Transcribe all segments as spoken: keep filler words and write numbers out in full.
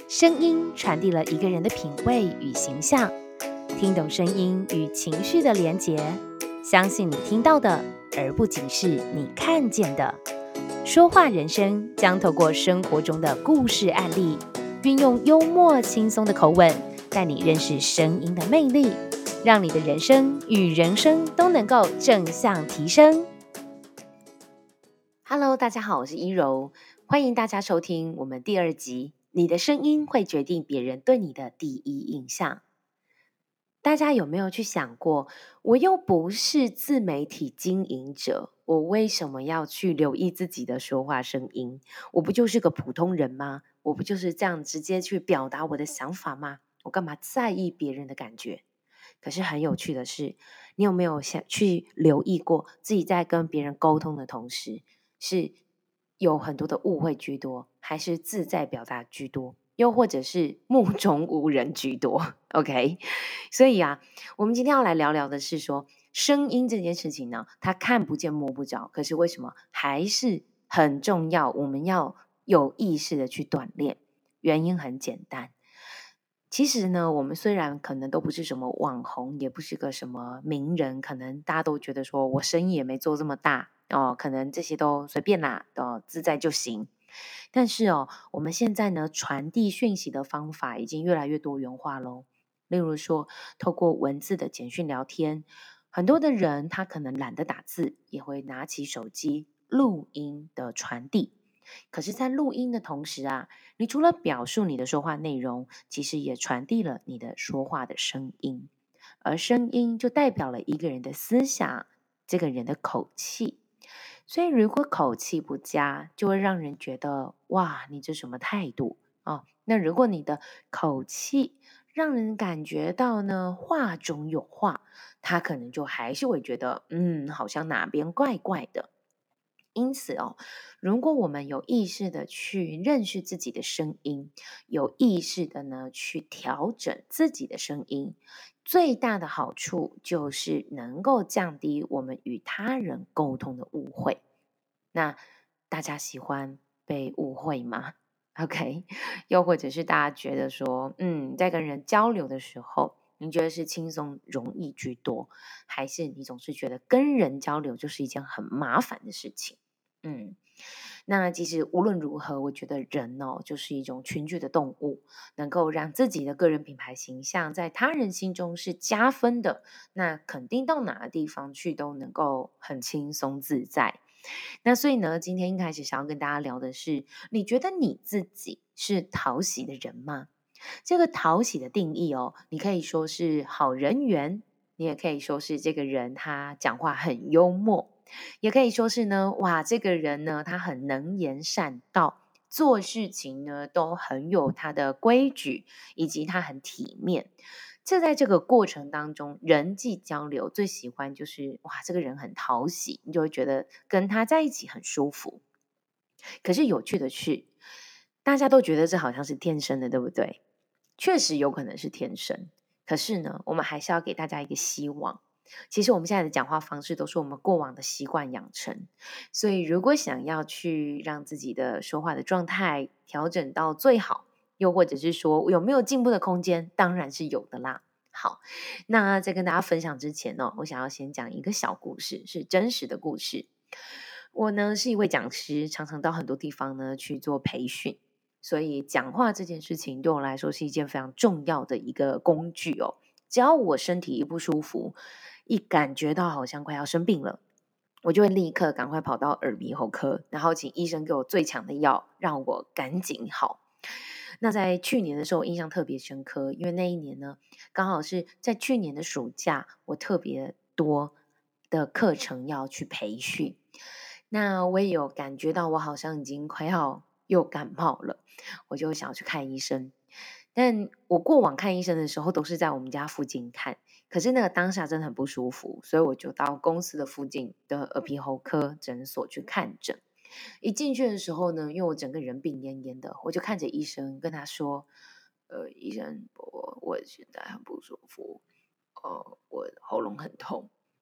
声音传递了一个人的品味与形象，听懂声音与情绪的连结，相信你听到的，而不仅是你看见的。说话人生将透过生活中的故事案例，运用幽默轻松的口吻，带你认识声音的魅力，让你的人生与人生都能够正向提升。Hello， 大家好，我是依柔，欢迎大家收听我们第二集。你的声音会决定别人对你的第一印象。大家有没有去想过，我又不是自媒体经营者，我为什么要去留意自己的说话声音？我不就是个普通人吗？我不就是这样直接去表达我的想法吗？我干嘛在意别人的感觉？可是很有趣的是，你有没有想去留意过自己在跟别人沟通的同时，是有很多的误会居多，还是自在表达居多，又或者是目中无人居多？OK， 所以啊，我们今天要来聊聊的是说，声音这件事情呢，它看不见摸不着，可是为什么还是很重要？我们要有意识的去锻炼，原因很简单。其实呢，我们虽然可能都不是什么网红，也不是个什么名人，可能大家都觉得说我生意也没做这么大哦，可能这些都随便啦，哦，自在就行。但是哦，我们现在呢，传递讯息的方法已经越来越多元化咯。例如说，透过文字的简讯聊天，很多的人他可能懒得打字，也会拿起手机录音的传递。可是，在录音的同时啊，你除了表述你的说话内容，其实也传递了你的说话的声音，而声音就代表了一个人的思想，这个人的口气。所以，如果口气不佳，就会让人觉得哇，你这什么态度啊？那如果你的口气让人感觉到呢话中有话，他可能就还是会觉得嗯，好像哪边怪怪的。因此哦，如果我们有意识的去认识自己的声音，有意识的呢去调整自己的声音，最大的好处就是能够降低我们与他人沟通的误会。那大家喜欢被误会吗？OK， 又或者是大家觉得说，嗯，在跟人交流的时候，你觉得是轻松容易居多，还是你总是觉得跟人交流就是一件很麻烦的事情？嗯，那其实无论如何，我觉得人哦，就是一种群居的动物，能够让自己的个人品牌形象在他人心中是加分的，那肯定到哪个地方去都能够很轻松自在。那所以呢，今天一开始想要跟大家聊的是，你觉得你自己是讨喜的人吗？这个讨喜的定义哦，你可以说是好人缘，你也可以说是这个人他讲话很幽默，也可以说是呢，哇，这个人呢他很能言善道，做事情呢都很有他的规矩，以及他很体面。这在这个过程当中，人际交流最喜欢就是哇，这个人很讨喜，你就会觉得跟他在一起很舒服。可是有趣的是，大家都觉得这好像是天生的，对不对？确实有可能是天生，可是呢，我们还是要给大家一个希望。其实我们现在的讲话方式都是我们过往的习惯养成，所以如果想要去让自己的说话的状态调整到最好，又或者是说有没有进步的空间，当然是有的啦。好，那在跟大家分享之前呢，我想要先讲一个小故事，是真实的故事。我呢是一位讲师，常常到很多地方呢去做培训，所以讲话这件事情对我来说是一件非常重要的一个工具哦。只要我身体一不舒服，一感觉到好像快要生病了，我就会立刻赶快跑到耳鼻喉科，然后请医生给我最强的药，让我赶紧好。那在去年的时候，印象特别深刻，因为那一年呢，刚好是在去年的暑假，我特别多的课程要去培训。那我也有感觉到我好像已经快要又感冒了，我就想要去看医生。但我过往看医生的时候都是在我们家附近看，可是那个当下真的很不舒服，所以我就到公司的附近的耳鼻喉科诊所去看诊。一进去的时候呢，因为我整个人病恹恹的，我就看着医生跟他说：“呃，医生，我我现在很不舒服，呃，我喉咙很痛。”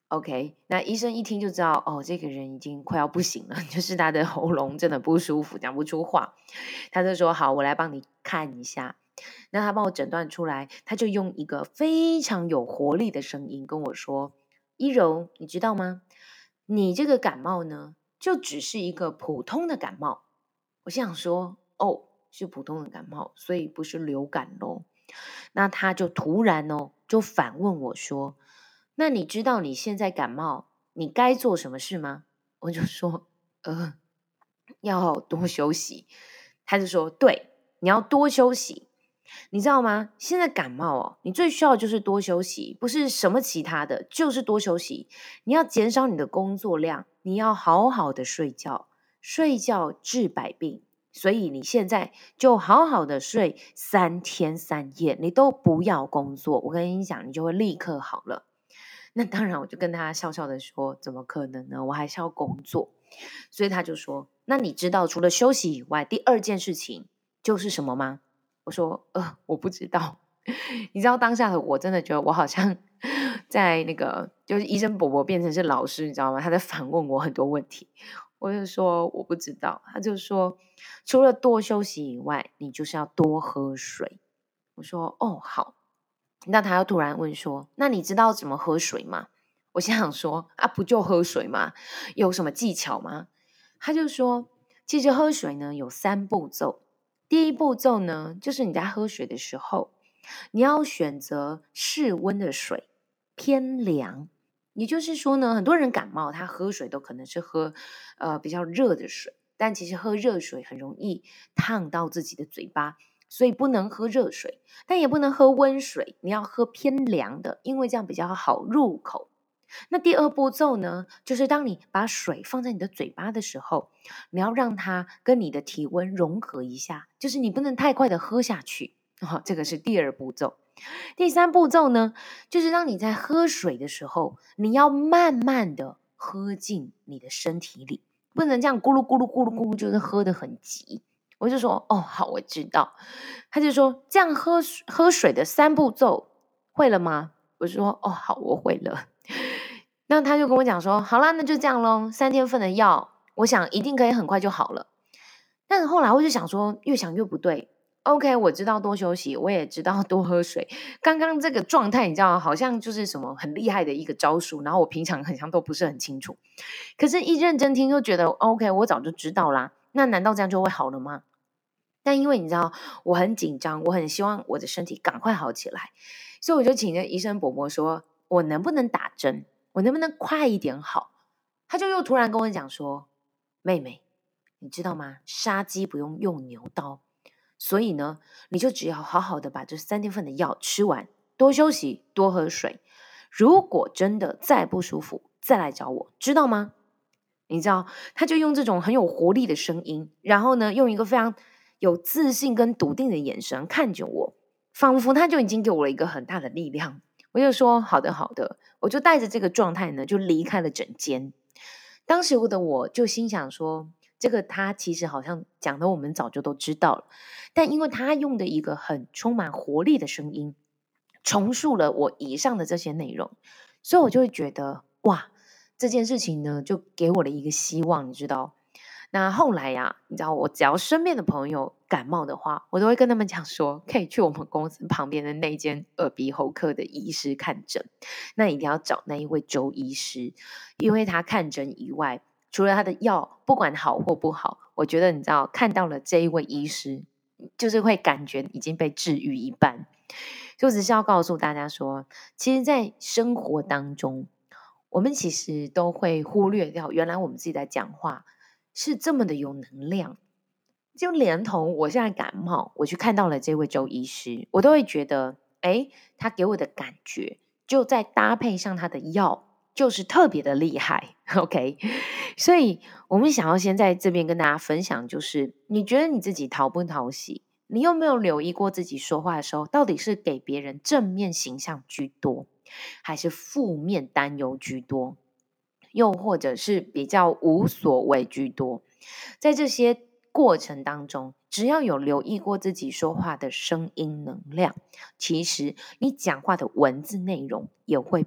OK， 那医生一听就知道，哦，这个人已经快要不行了，就是他的喉咙真的不舒服，讲不出话。他就说：好，我来帮你看一下。那他帮我诊断出来，他就用一个非常有活力的声音跟我说：依柔，你知道吗？你这个感冒呢，就只是一个普通的感冒。我心想说：哦，是普通的感冒，所以不是流感咯。那他就突然哦，就反问我说：那你知道你现在感冒，你该做什么事吗？我就说：呃，要多休息。他就说：对，你要多休息。你知道吗？现在感冒哦，你最需要就是多休息，不是什么其他的，就是多休息。你要减少你的工作量，你要好好的睡觉，睡觉治百病。所以你现在就好好的睡三天三夜，你都不要工作。我跟你讲，你就会立刻好了。那当然，我就跟他笑笑的说：怎么可能呢？我还是要工作。所以他就说：那你知道除了休息以外，第二件事情就是什么吗？我说：呃，我不知道。你知道当下的我真的觉得我好像在那个就是医生伯伯变成是老师，你知道吗？他在反问我很多问题。我就说我不知道。他就说除了多休息以外，你就是要多喝水。我说哦好。那他又突然问说：那你知道怎么喝水吗？我心想说啊，不就喝水吗？有什么技巧吗？他就说其实喝水呢有三步骤。第一步骤呢，就是你在喝水的时候，你要选择室温的水，偏凉。也就是说呢，很多人感冒，他喝水都可能是喝呃比较热的水，但其实喝热水很容易烫到自己的嘴巴，所以不能喝热水，但也不能喝温水，你要喝偏凉的，因为这样比较好入口。那第二步骤呢，就是当你把水放在你的嘴巴的时候，你要让它跟你的体温融合一下，就是你不能太快的喝下去。哦，这个是第二步骤。第三步骤呢，就是当你在喝水的时候，你要慢慢的喝进你的身体里，不能这样咕噜咕噜咕噜咕噜，就是喝得很急。我就说哦好，我知道。他就说这样喝喝水的三步骤会了吗？我就说哦好，我会了。那他就跟我讲说好啦，那就这样咯，三天份的药我想一定可以很快就好了。但是后来我就想说越想越不对。OK， 我知道多休息，我也知道多喝水。刚刚这个状态你知道好像就是什么很厉害的一个招数，然后我平常好像都不是很清楚。可是一认真听就觉得 OK， 我早就知道啦，那难道这样就会好了吗？但因为你知道我很紧张，我很希望我的身体赶快好起来，所以我就请这医生伯伯说我能不能打针，我能不能快一点好。他就又突然跟我讲说妹妹你知道吗，杀鸡不用用牛刀，所以呢你就只要好好的把这三天份的药吃完，多休息多喝水，如果真的再不舒服再来找我，知道吗？你知道他就用这种很有活力的声音，然后呢用一个非常有自信跟笃定的眼神看着我，仿佛他就已经给我了一个很大的力量。我就说好的好的，我就带着这个状态呢就离开了诊间。当时的我就心想说这个他其实好像讲的我们早就都知道了，但因为他用的一个很充满活力的声音重述了我以上的这些内容，所以我就会觉得哇，这件事情呢就给我了一个希望，你知道。那后来呀、啊，你知道我只要身边的朋友感冒的话，我都会跟他们讲说可以去我们公司旁边的那间耳鼻喉科的医师看诊，那一定要找那一位周医师，因为他看诊以外，除了他的药不管好或不好，我觉得你知道看到了这一位医师就是会感觉已经被治愈一半。就只是要告诉大家说，其实在生活当中我们其实都会忽略掉原来我们自己在讲话是这么的有能量。就连同我现在感冒我去看到了这位周医师，我都会觉得诶他给我的感觉就再搭配上他的药就是特别的厉害。 OK， 所以我们想要先在这边跟大家分享，就是你觉得你自己讨不讨喜，你有没有留意过自己说话的时候到底是给别人正面形象居多，还是负面担忧居多，又或者是比较无所谓居多。在这些过程当中，只要有留意过自己说话的声音能量，其实你讲话的文字内容也会被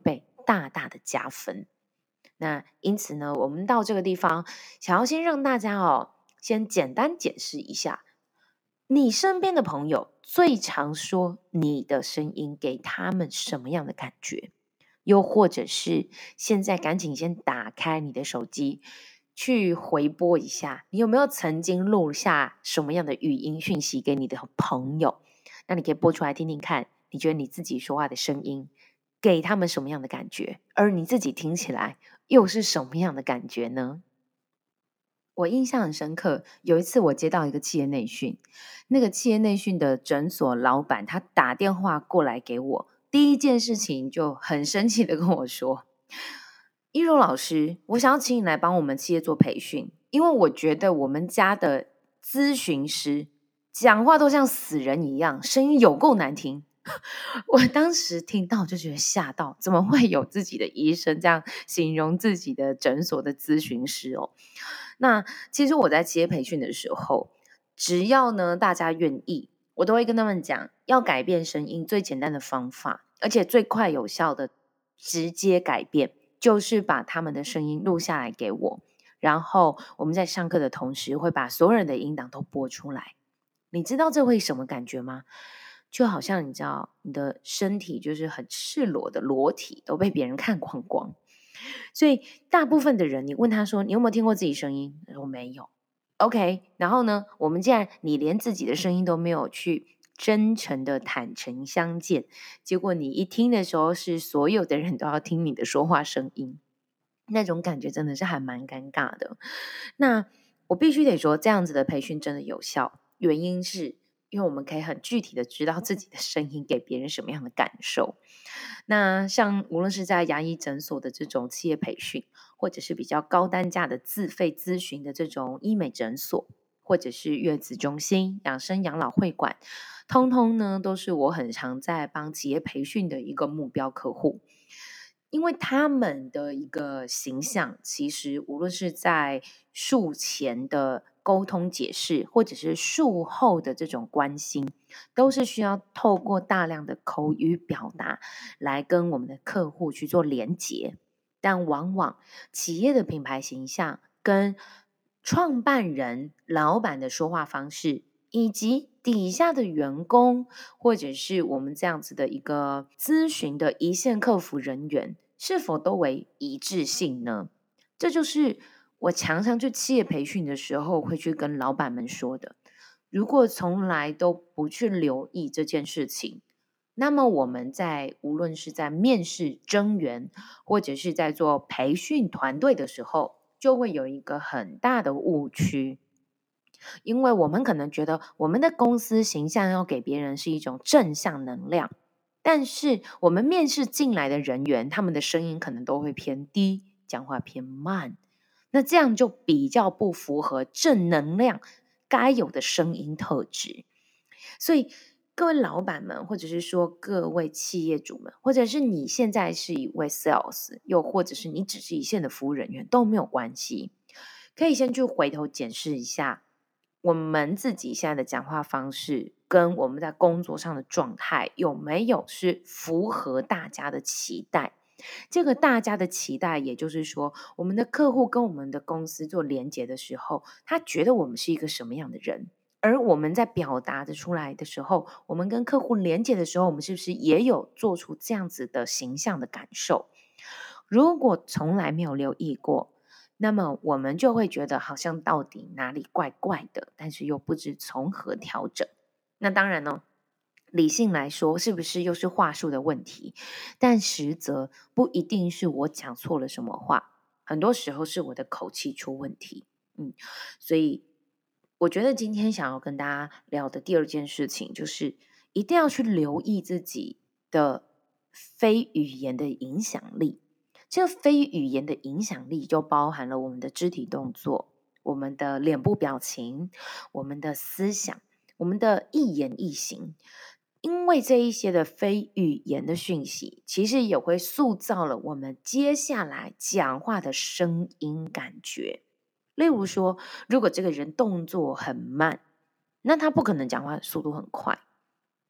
大大的加分。那因此呢，我们到这个地方，想要先让大家哦，先简单解释一下，你身边的朋友最常说你的声音给他们什么样的感觉？又或者是现在赶紧先打开你的手机，去回播一下，你有没有曾经录下什么样的语音讯息给你的朋友？那你可以播出来听听看，你觉得你自己说话的声音给他们什么样的感觉？而你自己听起来又是什么样的感觉呢？我印象很深刻，有一次我接到一个企业内训，那个企业内训的诊所老板他打电话过来给我，第一件事情就很生气的跟我说：一柔老师，我想要请你来帮我们企业做培训，因为我觉得我们家的咨询师讲话都像死人一样，声音有够难听。我当时听到就觉得吓到，怎么会有自己的医生这样形容自己的诊所的咨询师哦？那其实我在企业培训的时候，只要呢大家愿意，我都会跟他们讲，要改变声音最简单的方法，而且最快有效的直接改变，就是把他们的声音录下来给我，然后我们在上课的同时会把所有人的音档都播出来。你知道这会什么感觉吗？就好像你知道你的身体就是很赤裸的裸体都被别人看光光，所以大部分的人你问他说你有没有听过自己声音，他说没有。 OK， 然后呢，我们既然你连自己的声音都没有去真诚的坦诚相见，结果你一听的时候是所有的人都要听你的说话声音，那种感觉真的是还蛮尴尬的。那我必须得说，这样子的培训真的有效，原因是因为我们可以很具体的知道自己的声音给别人什么样的感受。那像无论是在牙医诊所的这种企业培训，或者是比较高单价的自费咨询的这种医美诊所，或者是月子中心、养生养老会馆，通通呢都是我很常在帮企业培训的一个目标客户。因为他们的一个形象，其实无论是在术前的沟通解释，或者是术后的这种关心，都是需要透过大量的口语表达来跟我们的客户去做连结。但往往企业的品牌形象跟创办人、老板的说话方式，以及底下的员工，或者是我们这样子的一个咨询的一线客服人员，是否都为一致性呢？这就是我常常去企业培训的时候会去跟老板们说的。如果从来都不去留意这件事情，那么我们在无论是在面试征员，或者是在做培训团队的时候，就会有一个很大的误区。因为我们可能觉得我们的公司形象要给别人是一种正向能量，但是我们面试进来的人员，他们的声音可能都会偏低，讲话偏慢，那这样就比较不符合正能量该有的声音特质。所以各位老板们，或者是说各位企业主们，或者是你现在是一位 sales， 又或者是你只是一线的服务人员，都没有关系，可以先去回头检视一下我们自己现在的讲话方式跟我们在工作上的状态有没有是符合大家的期待。这个大家的期待，也就是说我们的客户跟我们的公司做连结的时候，他觉得我们是一个什么样的人，而我们在表达的出来的时候，我们跟客户连结的时候，我们是不是也有做出这样子的形象的感受？如果从来没有留意过，那么我们就会觉得好像到底哪里怪怪的，但是又不知从何调整。那当然呢，理性来说，是不是又是话术的问题？但实则不一定是我讲错了什么话，很多时候是我的口气出问题。嗯，所以我觉得今天想要跟大家聊的第二件事情，就是一定要去留意自己的非语言的影响力。这个非语言的影响力就包含了我们的肢体动作、我们的脸部表情、我们的思想、我们的一言一行。因为这一些的非语言的讯息，其实也会塑造了我们接下来讲话的声音感觉。例如说，如果这个人动作很慢，那他不可能讲话速度很快。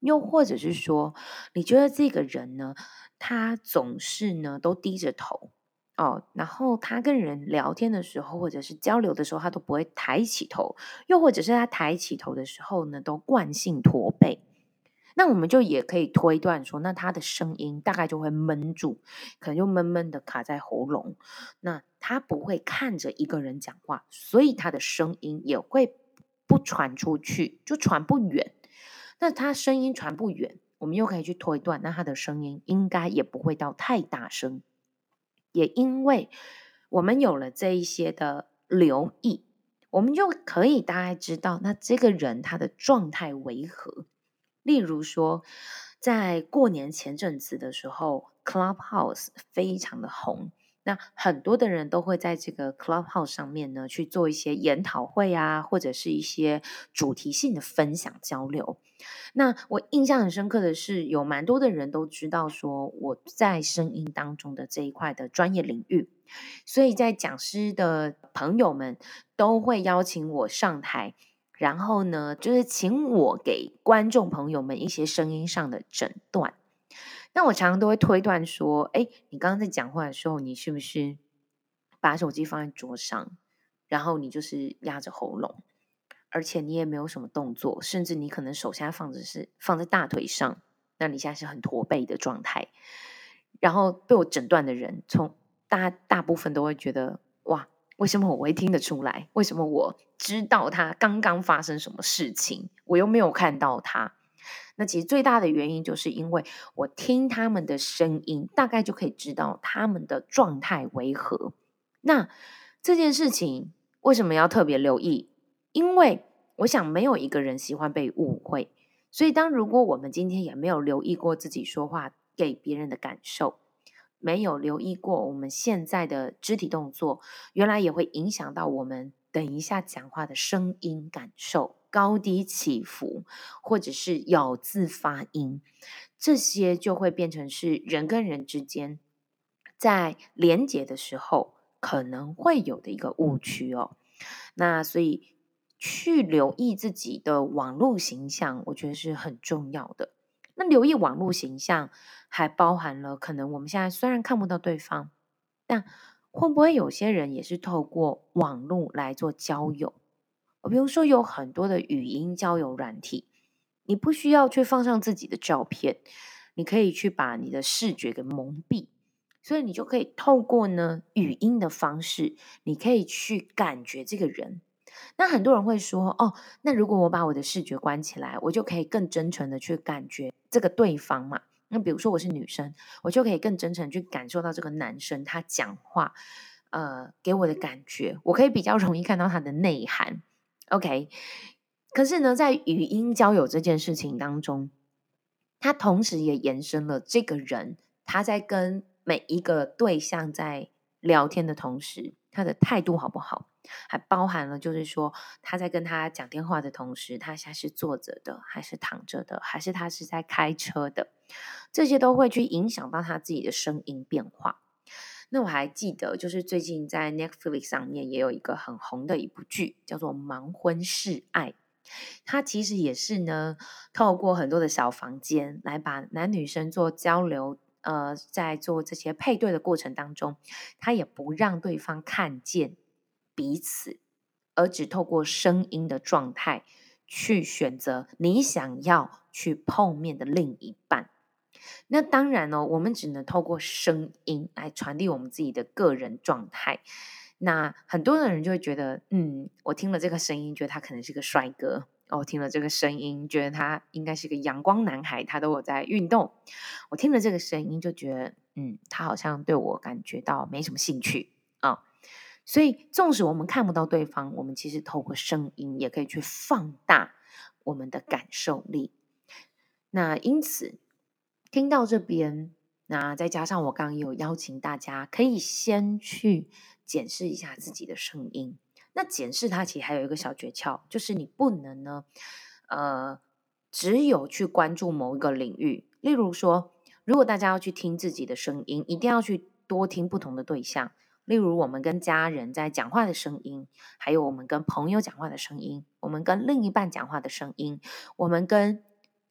又或者是说，你觉得这个人呢，他总是呢都低着头哦，然后他跟人聊天的时候，或者是交流的时候，他都不会抬起头，又或者是他抬起头的时候呢，都惯性驼背。那我们就也可以推断说，那他的声音大概就会闷住，可能就闷闷的卡在喉咙。那他不会看着一个人讲话，所以他的声音也会不传出去，就传不远。那他声音传不远，我们又可以去推断，那他的声音应该也不会到太大声。也因为我们有了这一些的留意，我们就可以大概知道，那这个人他的状态为何。例如说，在过年前阵子的时候 ，Clubhouse 非常的红，那很多的人都会在这个 Clubhouse 上面呢去做一些研讨会啊，或者是一些主题性的分享交流。那我印象很深刻的是，有蛮多的人都知道说我在声音当中的这一块的专业领域，所以在讲师的朋友们都会邀请我上台。然后呢，就是请我给观众朋友们一些声音上的诊断。那我常常都会推断说，哎，你刚刚在讲话的时候，你是不是把手机放在桌上，然后你就是压着喉咙，而且你也没有什么动作，甚至你可能手现在放着是放在大腿上，那你现在是很驼背的状态。然后被我诊断的人，从大大部分都会觉得，哇，为什么我会听得出来？为什么我知道他刚刚发生什么事情，我又没有看到他？那其实最大的原因就是因为我听他们的声音，大概就可以知道他们的状态为何。那这件事情为什么要特别留意？因为我想没有一个人喜欢被误会，所以当如果我们今天也没有留意过自己说话给别人的感受，没有留意过我们现在的肢体动作，原来也会影响到我们等一下讲话的声音感受，高低起伏，或者是咬字发音，这些就会变成是人跟人之间在连结的时候可能会有的一个误区哦。那所以去留意自己的网络形象，我觉得是很重要的。那留意网络形象，还包含了可能我们现在虽然看不到对方，但会不会有些人也是透过网络来做交友？比如说有很多的语音交友软体，你不需要去放上自己的照片，你可以去把你的视觉给蒙蔽，所以你就可以透过呢语音的方式，你可以去感觉这个人。那很多人会说，哦，那如果我把我的视觉关起来，我就可以更真诚的去感觉这个对方嘛。那比如说我是女生，我就可以更真诚去感受到这个男生他讲话，呃，给我的感觉，我可以比较容易看到他的内涵。OK，可是呢，在语音交友这件事情当中，它同时也延伸了这个人他在跟每一个对象在聊天的同时，他的态度好不好，还包含了就是说他在跟他讲电话的同时，他现在是坐着的，还是躺着的，还是他是在开车的，这些都会去影响到他自己的声音变化。那我还记得，就是最近在 Netflix 上面也有一个很红的一部剧，叫做《盲婚试爱》。它其实也是呢，透过很多的小房间来把男女生做交流，呃，在做这些配对的过程当中，他也不让对方看见彼此，而只透过声音的状态去选择你想要去碰面的另一半。那当然哦，我们只能透过声音来传递我们自己的个人状态。那很多的人就会觉得，嗯，我听了这个声音，觉得他可能是个帅哥。哦，我听了这个声音，觉得他应该是个阳光男孩，他都有在运动。我听了这个声音，就觉得，嗯，他好像对我感觉到没什么兴趣啊、哦。所以，纵使我们看不到对方，我们其实透过声音也可以去放大我们的感受力。那因此，听到这边，那再加上我刚刚也有邀请大家，可以先去检视一下自己的声音。那检视它其实还有一个小诀窍，就是你不能呢，呃，只有去关注某一个领域。例如说，如果大家要去听自己的声音，一定要去多听不同的对象。例如我们跟家人在讲话的声音，还有我们跟朋友讲话的声音，我们跟另一半讲话的声音，我们跟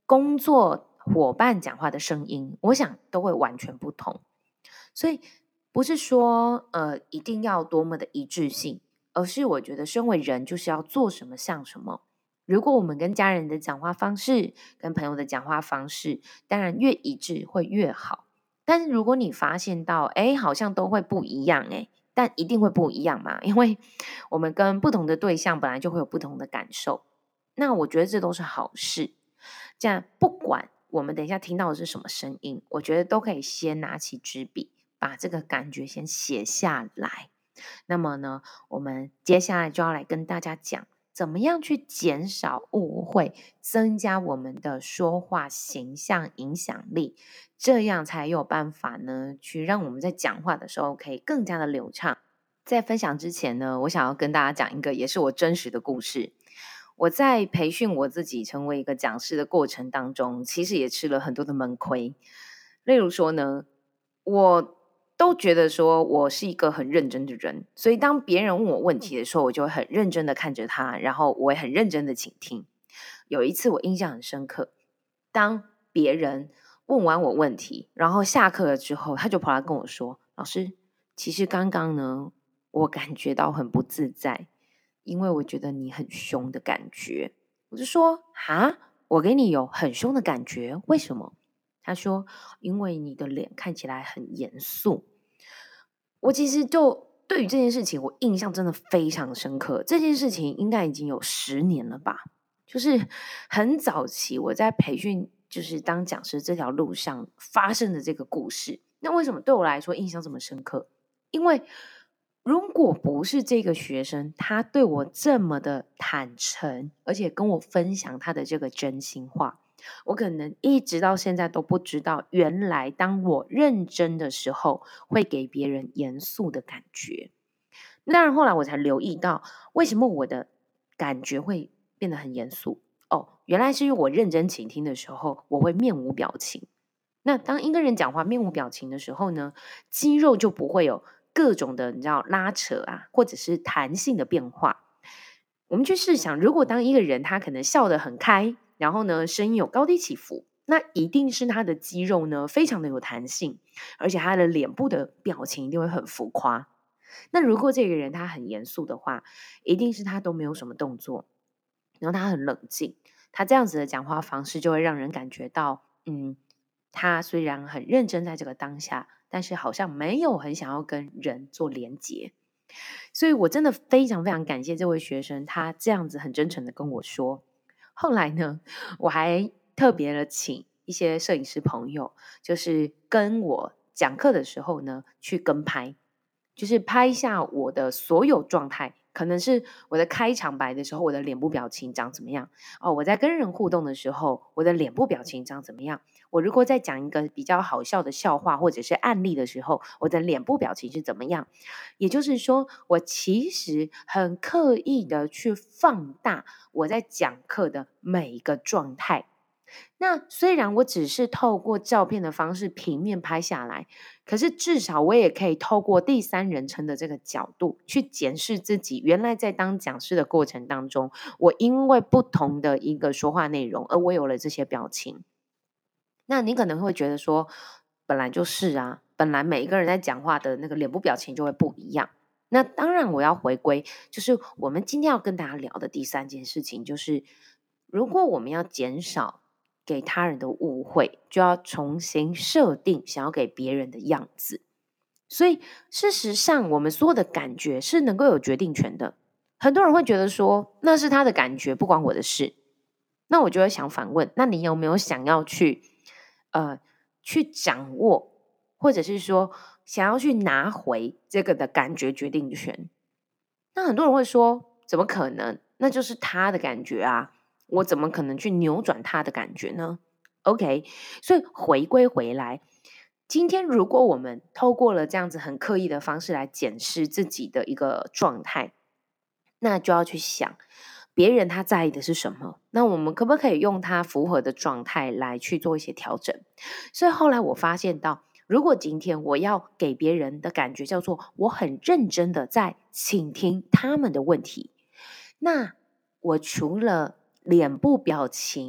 工作伙伴讲话的声音，我想都会完全不同。所以不是说呃一定要多么的一致性，而是我觉得身为人就是要做什么像什么。如果我们跟家人的讲话方式，跟朋友的讲话方式，当然越一致会越好。但是如果你发现到，哎，好像都会不一样，哎，但一定会不一样嘛，因为我们跟不同的对象本来就会有不同的感受。那我觉得这都是好事。这样不管我们等一下听到的是什么声音，我觉得都可以先拿起纸笔，把这个感觉先写下来。那么呢，我们接下来就要来跟大家讲，怎么样去减少误会，增加我们的说话形象影响力，这样才有办法呢，去让我们在讲话的时候可以更加的流畅。在分享之前呢，我想要跟大家讲一个也是我真实的故事。我在培训我自己成为一个讲师的过程当中，其实也吃了很多的闷亏。例如说呢，我都觉得说我是一个很认真的人，所以当别人问我问题的时候，我就会很认真的看着他，然后我也很认真的倾听。有一次我印象很深刻，当别人问完我问题，然后下课了之后，他就跑来跟我说：“老师，其实刚刚呢，我感觉到很不自在。”因为我觉得你很凶的感觉。我就说哈，我给你有很凶的感觉，为什么？他说因为你的脸看起来很严肃。我其实就对于这件事情我印象真的非常深刻，这件事情应该已经有十年了吧，就是很早期我在培训就是当讲师这条路上发生的这个故事。那为什么对我来说印象这么深刻？因为如果不是这个学生他对我这么的坦诚，而且跟我分享他的这个真心话，我可能一直到现在都不知道，原来当我认真的时候会给别人严肃的感觉。当然后来我才留意到，为什么我的感觉会变得很严肃。哦，原来是因为我认真倾听的时候，我会面无表情。那当一个人讲话面无表情的时候呢，肌肉就不会有各种的你知道拉扯啊，或者是弹性的变化。我们去试想，如果当一个人他可能笑得很开，然后呢声音有高低起伏，那一定是他的肌肉呢非常的有弹性，而且他的脸部的表情一定会很浮夸。那如果这个人他很严肃的话，一定是他都没有什么动作，然后他很冷静，他这样子的讲话方式就会让人感觉到，嗯，他虽然很认真在这个当下，但是好像没有很想要跟人做连结。所以我真的非常非常感谢这位学生，他这样子很真诚的跟我说。后来呢，我还特别的请一些摄影师朋友，就是跟我讲课的时候呢，去跟拍，就是拍下我的所有状态，可能是我的开场白的时候，我的脸部表情长怎么样？哦，我在跟人互动的时候，我的脸部表情长怎么样？我如果在讲一个比较好笑的笑话或者是案例的时候，我的脸部表情是怎么样？也就是说，我其实很刻意的去放大我在讲课的每一个状态。那虽然我只是透过照片的方式平面拍下来，可是至少我也可以透过第三人称的这个角度去检视自己，原来在当讲师的过程当中，我因为不同的一个说话内容，而我有了这些表情。那你可能会觉得说，本来就是啊，本来每一个人在讲话的那个脸部表情就会不一样。那当然我要回归，就是我们今天要跟大家聊的第三件事情，就是如果我们要减少给他人的误会，就要重新设定想要给别人的样子。所以事实上，我们所有的感觉是能够有决定权的。很多人会觉得说，那是他的感觉，不关我的事。那我就会想反问，那你有没有想要去呃去掌握，或者是说想要去拿回这个的感觉决定权？那很多人会说，怎么可能？那就是他的感觉啊，我怎么可能去扭转他的感觉呢？OK，所以回归回来，今天如果我们透过了这样子很刻意的方式来检视自己的一个状态，那就要去想别人他在意的是什么，那我们可不可以用他符合的状态来去做一些调整？所以后来我发现到，如果今天我要给别人的感觉叫做我很认真的在倾听他们的问题，那我除了脸部表情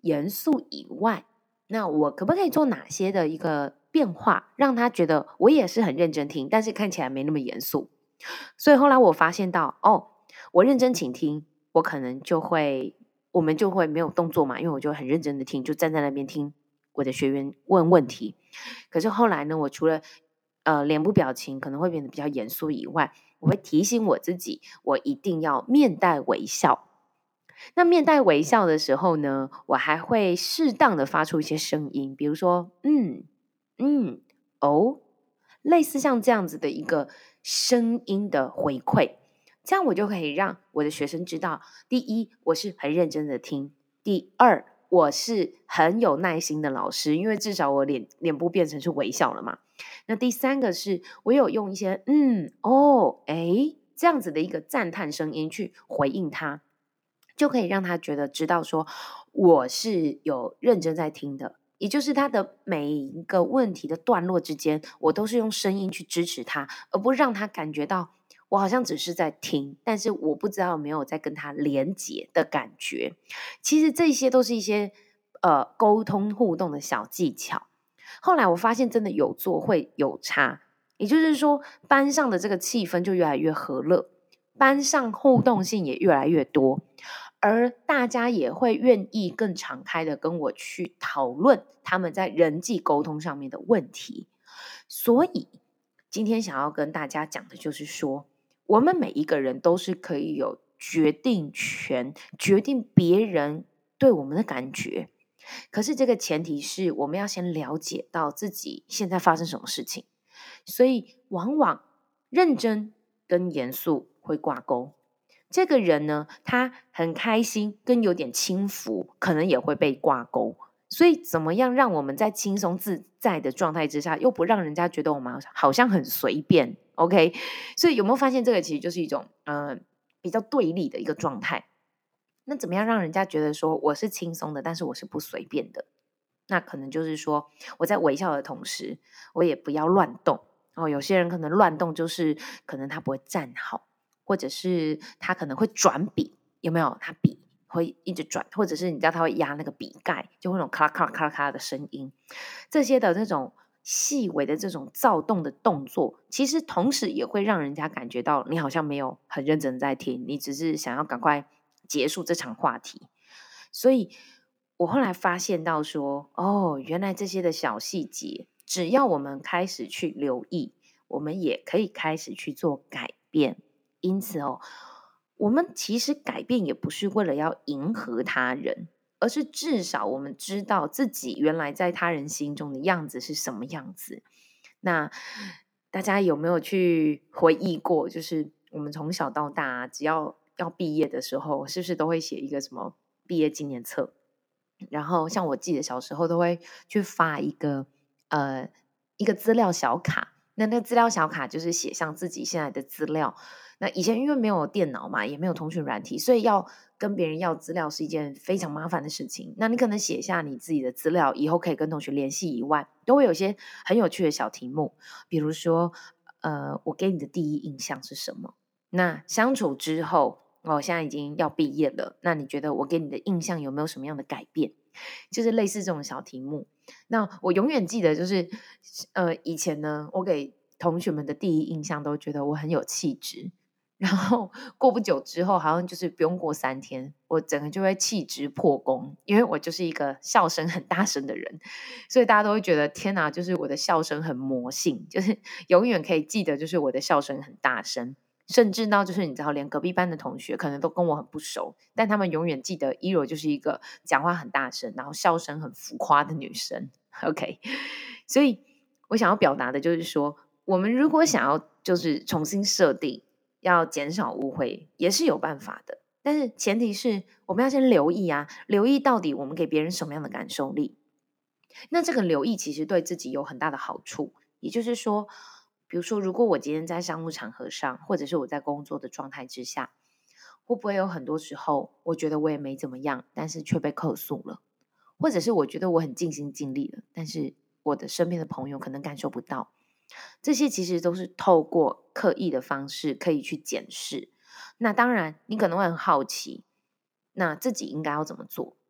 严肃以外，那我可不可以做哪些的一个变化，让他觉得我也是很认真听，但是看起来没那么严肃。所以后来我发现到，哦，我认真倾听，我可能就会，我们就会没有动作嘛，因为我就很认真的听，就站在那边听我的学员问问题。可是后来呢，我除了呃脸部表情可能会变得比较严肃以外，我会提醒我自己，我一定要面带微笑。那面带微笑的时候呢，我还会适当的发出一些声音，比如说嗯嗯哦，类似像这样子的一个声音的回馈，这样我就可以让我的学生知道，第一，我是很认真的听；第二，我是很有耐心的老师，因为至少我脸脸部变成是微笑了嘛。那第三个是我有用一些嗯哦诶这样子的一个赞叹声音去回应他，就可以让他觉得知道说我是有认真在听的，也就是他的每一个问题的段落之间，我都是用声音去支持他，而不让他感觉到我好像只是在听，但是我不知道有没有在跟他连结的感觉。其实这些都是一些呃沟通互动的小技巧。后来我发现真的有做会有差，也就是说班上的这个气氛就越来越和乐，班上互动性也越来越多，而大家也会愿意更敞开的跟我去讨论他们在人际沟通上面的问题。所以今天想要跟大家讲的就是说，我们每一个人都是可以有决定权，决定别人对我们的感觉。可是这个前提是我们要先了解到自己现在发生什么事情，所以往往认真跟严肃会挂钩。这个人呢，他很开心跟有点轻浮，可能也会被挂钩。所以怎么样让我们在轻松自在的状态之下，又不让人家觉得我们好像很随便 OK？ 所以有没有发现这个其实就是一种呃比较对立的一个状态。那怎么样让人家觉得说我是轻松的，但是我是不随便的？那可能就是说我在微笑的同时，我也不要乱动。哦，有些人可能乱动，就是可能他不会站好，或者是他可能会转笔，有没有？他笔会一直转，或者是你知道他会压那个笔盖，就会那种咔啦咔啦咔啦咔啦的声音。这些的那种细微的这种躁动的动作，其实同时也会让人家感觉到你好像没有很认真在听，你只是想要赶快结束这场话题。所以我后来发现到说，哦，原来这些的小细节，只要我们开始去留意，我们也可以开始去做改变。因此哦，我们其实改变也不是为了要迎合他人，而是至少我们知道自己原来在他人心中的样子是什么样子。那大家有没有去回忆过，就是我们从小到大啊，只要要毕业的时候，是不是都会写一个什么毕业纪念册？然后像我记得小时候都会去发一个呃一个资料小卡，那那个资料小卡就是写上自己现在的资料。那以前因为没有电脑嘛，也没有通讯软体，所以要跟别人要资料是一件非常麻烦的事情。那你可能写下你自己的资料，以后可以跟同学联系以外，都会有一些很有趣的小题目，比如说呃，我给你的第一印象是什么？那相处之后，哦，现在已经要毕业了，那你觉得我给你的印象有没有什么样的改变？就是类似这种小题目。那我永远记得，就是呃，以前呢，我给同学们的第一印象都觉得我很有气质，然后过不久之后，好像就是不用过三天，我整个就会气质破功，因为我就是一个笑声很大声的人，所以大家都会觉得天哪，就是我的笑声很魔性，就是永远可以记得，就是我的笑声很大声。甚至到就是你知道，连隔壁班的同学可能都跟我很不熟，但他们永远记得一柔就是一个讲话很大声，然后笑声很浮夸的女生。OK，所以我想要表达的就是说，我们如果想要就是重新设定，要减少误会，也是有办法的。但是前提是我们要先留意啊，留意到底我们给别人什么样的感受力。那这个留意其实对自己有很大的好处，也就是说，比如说，如果我今天在商务场合上，或者是我在工作的状态之下，会不会有很多时候，我觉得我也没怎么样，但是却被客诉了，或者是我觉得我很尽心尽力了，但是我的身边的朋友可能感受不到。这些其实都是透过刻意的方式可以去检视。那当然，你可能会很好奇，那自己应该要怎么做？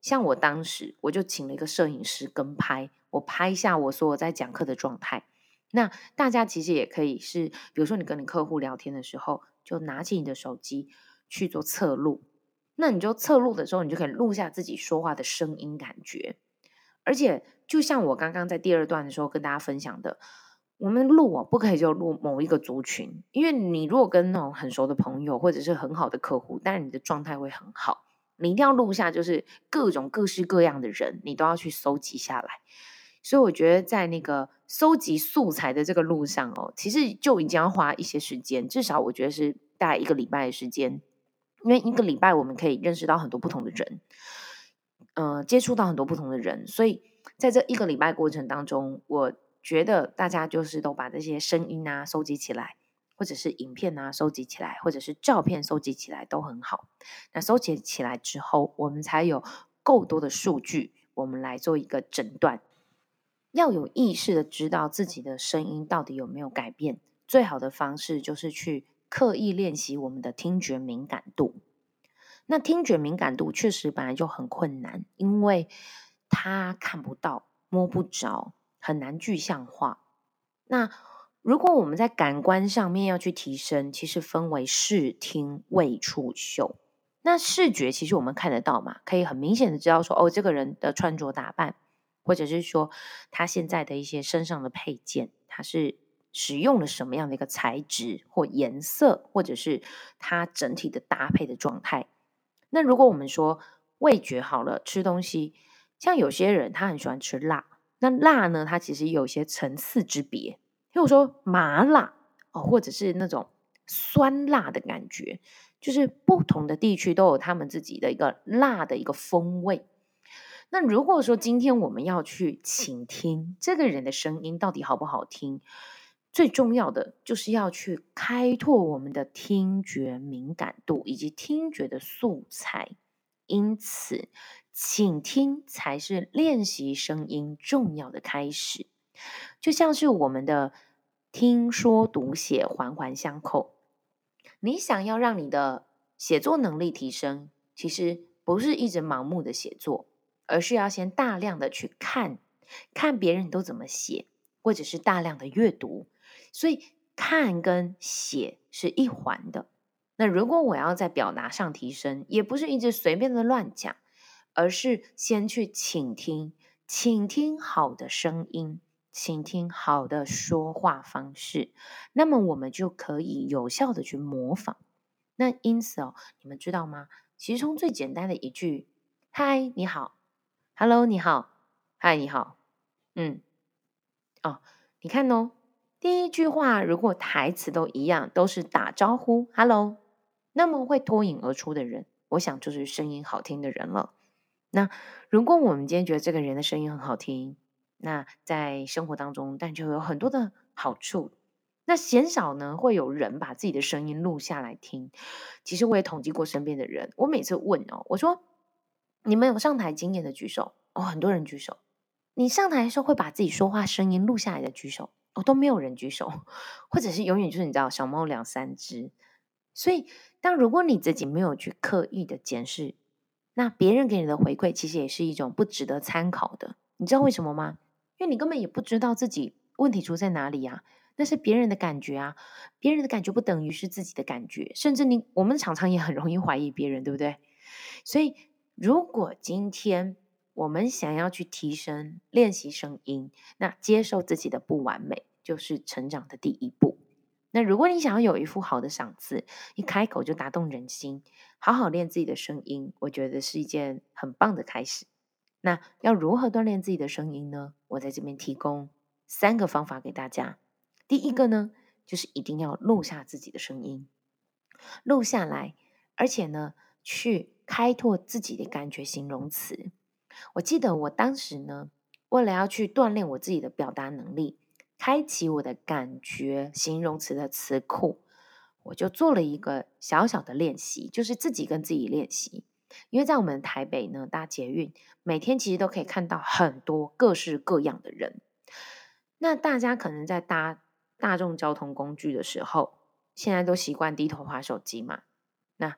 像我当时我就请了一个摄影师跟拍，我拍下我所有在讲课的状态。那大家其实也可以是，比如说你跟你客户聊天的时候，就拿起你的手机去做侧录。那你就侧录的时候，你就可以录下自己说话的声音感觉。而且就像我刚刚在第二段的时候跟大家分享的，我们录哦，不可以就录某一个族群，因为你如果跟那种很熟的朋友或者是很好的客户，当然你的状态会很好，你一定要录下，就是各种各式各样的人，你都要去搜集下来。所以我觉得在那个搜集素材的这个路上哦，其实就已经要花一些时间，至少我觉得是大概一个礼拜的时间，因为一个礼拜我们可以认识到很多不同的人，呃，接触到很多不同的人，所以在这一个礼拜过程当中，我觉得大家就是都把这些声音啊收集起来，或者是影片啊收集起来，或者是照片收集起来都很好。那收集起来之后，我们才有够多的数据，我们来做一个诊断。要有意识的知道自己的声音到底有没有改变，最好的方式就是去刻意练习我们的听觉敏感度。那听觉敏感度确实本来就很困难，因为它看不到、摸不着，很难具象化。那如果我们在感官上面要去提升，其实分为视听味触嗅。那视觉其实我们看得到嘛，可以很明显的知道说，哦，这个人的穿着打扮，或者是说他现在的一些身上的配件，他是使用了什么样的一个材质或颜色，或者是他整体的搭配的状态。那如果我们说味觉好了，吃东西，像有些人他很喜欢吃辣，那辣呢，它其实有一些层次之别，譬如说麻辣哦，或者是那种酸辣的感觉，就是不同的地区都有他们自己的一个辣的一个风味。那如果说今天我们要去倾听这个人的声音到底好不好听，最重要的就是要去开拓我们的听觉敏感度以及听觉的素材。因此，倾听才是练习声音重要的开始。就像是我们的听说读写环环相扣，你想要让你的写作能力提升，其实不是一直盲目的写作，而是要先大量的去看，看别人都怎么写，或者是大量的阅读。所以看跟写是一环的。那如果我要在表达上提升，也不是一直随便的乱讲，而是先去倾听，倾听好的声音，倾听好的说话方式，那么我们就可以有效的去模仿。那因此哦，你们知道吗？其实从最简单的一句“嗨，你好 ”，“Hello，你好”，“嗨，你好”，嗯，哦，你看哦，第一句话如果台词都一样，都是打招呼 “Hello”，那么会脱颖而出的人，我想就是声音好听的人了。那如果我们今天觉得这个人的声音很好听，那在生活当中，但就有很多的好处。那鲜少呢会有人把自己的声音录下来听。其实我也统计过身边的人，我每次问哦，我说你们有上台经验的举手哦，很多人举手。你上台的时候会把自己说话声音录下来的举手哦，都没有人举手，或者是永远就是你知道小猫两三只。所以，当如果你自己没有去刻意的检视，那别人给你的回馈其实也是一种不值得参考的。你知道为什么吗？因为你根本也不知道自己问题出在哪里呀、那是别人的感觉啊，别人的感觉不等于是自己的感觉，甚至你我们常常也很容易怀疑别人，对不对？所以，如果今天我们想要去提升练习声音，那接受自己的不完美就是成长的第一步。那如果你想要有一副好的嗓子，一开口就打动人心，好好练自己的声音，我觉得是一件很棒的开始。那要如何锻炼自己的声音呢？我在这边提供三个方法给大家。第一个呢，就是一定要录下自己的声音，录下来，而且呢，去开拓自己的感觉形容词。我记得我当时呢，为了要去锻炼我自己的表达能力，开启我的感觉形容词的词库，我就做了一个小小的练习，就是自己跟自己练习。因为在我们台北呢，搭捷运每天其实都可以看到很多各式各样的人。那大家可能在搭大众交通工具的时候，现在都习惯低头滑手机嘛。那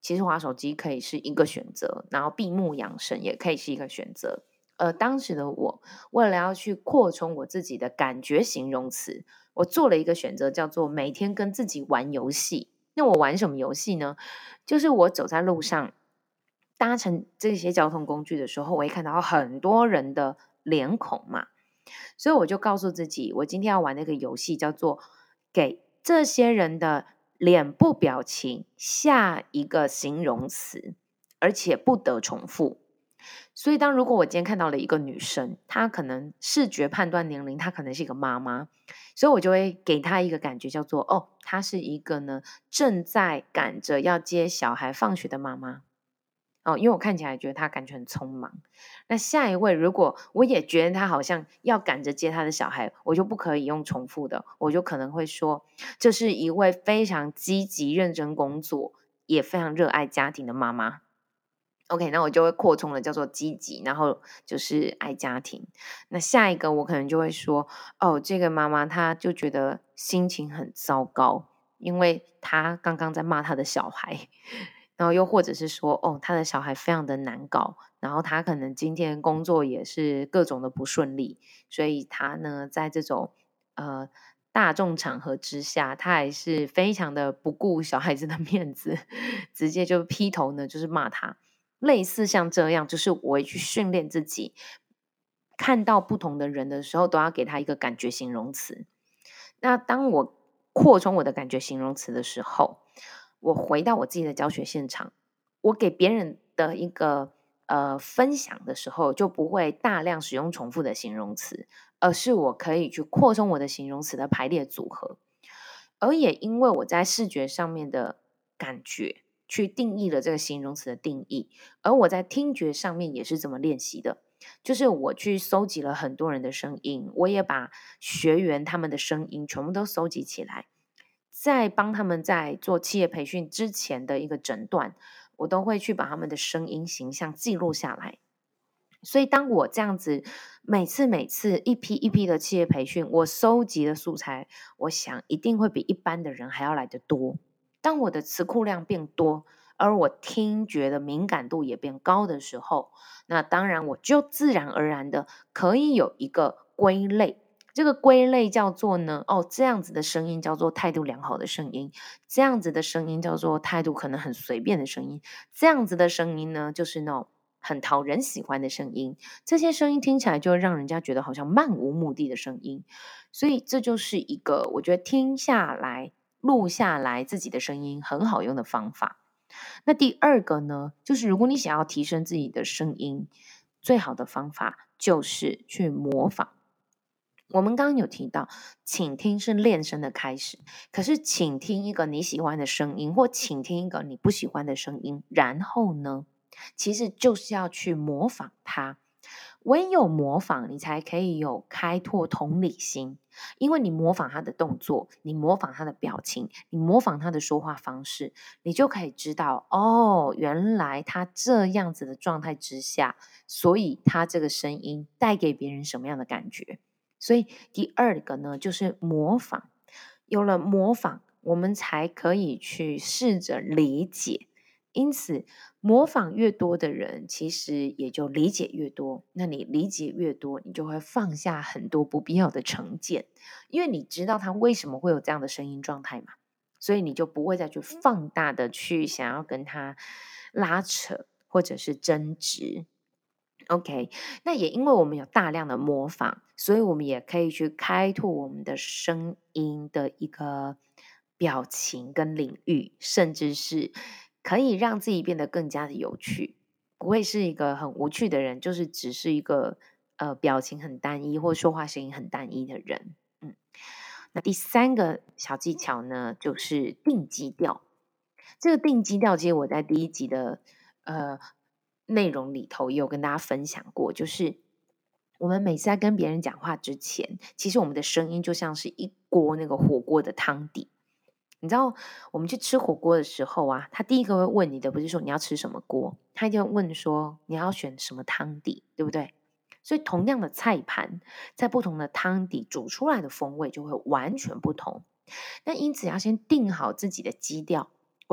其实滑手机可以是一个选择，然后闭目养神也可以是一个选择。而当时的我，为了要去扩充我自己的感觉形容词，我做了一个选择，叫做每天跟自己玩游戏。那我玩什么游戏呢？就是我走在路上，搭乘这些交通工具的时候，我会看到很多人的脸孔嘛，所以我就告诉自己，我今天要玩那个游戏，叫做给这些人的脸部表情下一个形容词，而且不得重复。所以当如果我今天看到了一个女生，她可能视觉判断年龄，她可能是一个妈妈，所以我就会给她一个感觉叫做，哦，她是一个呢正在赶着要接小孩放学的妈妈。哦，因为我看起来觉得她感觉很匆忙。那下一位如果我也觉得她好像要赶着接她的小孩，我就不可以用重复的，我就可能会说，这是一位非常积极认真工作，也非常热爱家庭的妈妈。OK，那我就会扩充了叫做积极，然后就是爱家庭。那下一个我可能就会说，哦，这个妈妈她就觉得心情很糟糕，因为她刚刚在骂她的小孩，然后又或者是说，哦，她的小孩非常的难搞，然后她可能今天工作也是各种的不顺利，所以她呢在这种呃大众场合之下，她还是非常的不顾小孩子的面子，直接就劈头呢就是骂他。类似像这样，就是我会去训练自己，看到不同的人的时候，都要给他一个感觉形容词。那当我扩充我的感觉形容词的时候，我回到我自己的教学现场，我给别人的一个呃分享的时候，就不会大量使用重复的形容词，而是我可以去扩充我的形容词的排列组合。而也因为我在视觉上面的感觉，去定义了这个形容词的定义，而我在听觉上面也是这么练习的。就是我去搜集了很多人的声音，我也把学员他们的声音全部都搜集起来，在帮他们在做企业培训之前的一个诊断，我都会去把他们的声音形象记录下来。所以当我这样子每次每次一批一批的企业培训，我收集的素材，我想一定会比一般的人还要来得多。当我的词库量变多，而我听觉的敏感度也变高的时候，那当然我就自然而然的可以有一个归类。这个归类叫做呢，哦，这样子的声音叫做态度良好的声音，这样子的声音叫做态度可能很随便的声音，这样子的声音呢，就是那种很讨人喜欢的声音。这些声音听起来就会让人家觉得好像漫无目的的声音，所以这就是一个我觉得听下来、录下来自己的声音很好用的方法。那第二个呢，就是如果你想要提升自己的声音，最好的方法就是去模仿。我们刚刚有提到，倾听是练声的开始。可是，倾听一个你喜欢的声音，或倾听一个你不喜欢的声音，然后呢，其实就是要去模仿它。唯有模仿，你才可以有开拓同理心。因为你模仿他的动作，你模仿他的表情，你模仿他的说话方式，你就可以知道，哦，原来他这样子的状态之下，所以他这个声音带给别人什么样的感觉。所以第二个呢，就是模仿。有了模仿，我们才可以去试着理解。因此，模仿越多的人，其实也就理解越多。那你理解越多，你就会放下很多不必要的成见，因为你知道他为什么会有这样的声音状态嘛，所以你就不会再去放大的去想要跟他拉扯或者是争执。OK，那也因为我们有大量的模仿，所以我们也可以去开拓我们的声音的一个表情跟领域，甚至是可以让自己变得更加的有趣，不会是一个很无趣的人，就是只是一个呃表情很单一或说话声音很单一的人。嗯，那第三个小技巧呢，就是定基调。这个定基调，其实我在第一集的呃内容里头也有跟大家分享过，就是我们每次在跟别人讲话之前，其实我们的声音就像是一锅那个火锅的汤底。你知道我们去吃火锅的时候啊，他第一个会问你的不是说你要吃什么锅，他就问说你要选什么汤底，对不对？所以同样的菜盘，在不同的汤底煮出来的风味就会完全不同。那因此要先定好自己的基调。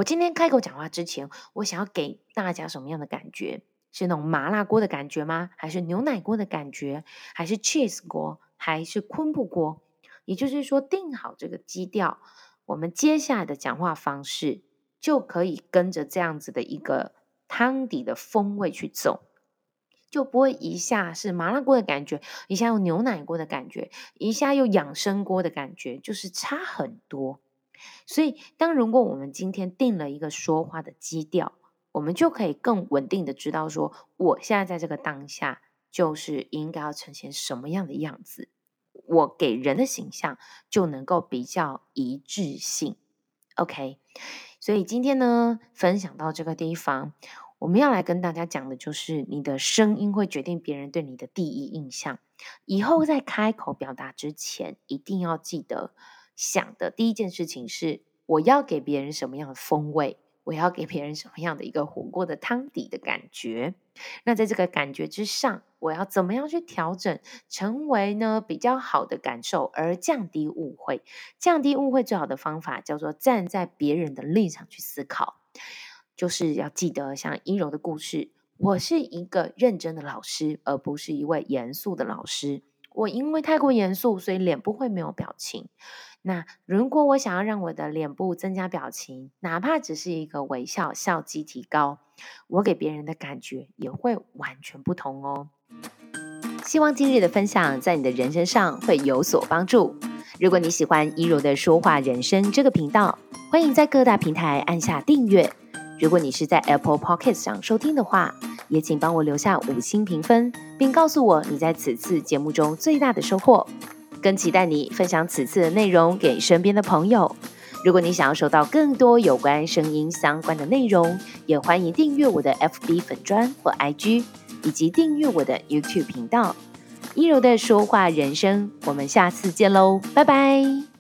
我今天开口讲话之前，我想要给大家什么样的感觉？是那种麻辣锅的感觉吗？还是牛奶锅的感觉？还是 cheese 锅？还是昆布锅？也就是说，定好这个基调，我们接下来的讲话方式就可以跟着这样子的一个汤底的风味去走，就不会一下是麻辣锅的感觉，一下又牛奶锅的感觉，一下又养生锅的感觉，就是差很多。所以，当如果我们今天定了一个说话的基调，我们就可以更稳定的知道说，我现在在这个当下，就是应该要呈现什么样的样子，我给人的形象就能够比较一致性。OK， 所以今天呢，分享到这个地方，我们要来跟大家讲的就是你的声音会决定别人对你的第一印象。以后在开口表达之前，一定要记得想的第一件事情是，我要给别人什么样的风味，我要给别人什么样的一个火锅的汤底的感觉。那在这个感觉之上，我要怎么样去调整，成为呢比较好的感受，而降低误会。降低误会最好的方法叫做站在别人的立场去思考，就是要记得像一柔的故事，我是一个认真的老师，而不是一位严肃的老师。我因为太过严肃，所以脸部会没有表情。那如果我想要让我的脸部增加表情，哪怕只是一个微笑，笑肌提高，我给别人的感觉也会完全不同哦。希望今日的分享在你的人生上会有所帮助。如果你喜欢一柔的说话人生这个频道，欢迎在各大平台按下订阅。如果你是在 Apple Podcast 上收听的话，也请帮我留下五星评分，并告诉我你在此次节目中最大的收获。更期待你分享此次的内容给身边的朋友。如果你想要收到更多有关声音相关的内容，也欢迎订阅我的 F B 粉专或 I G， 以及订阅我的 YouTube 频道。一柔的说话人生，我们下次见喽，拜拜。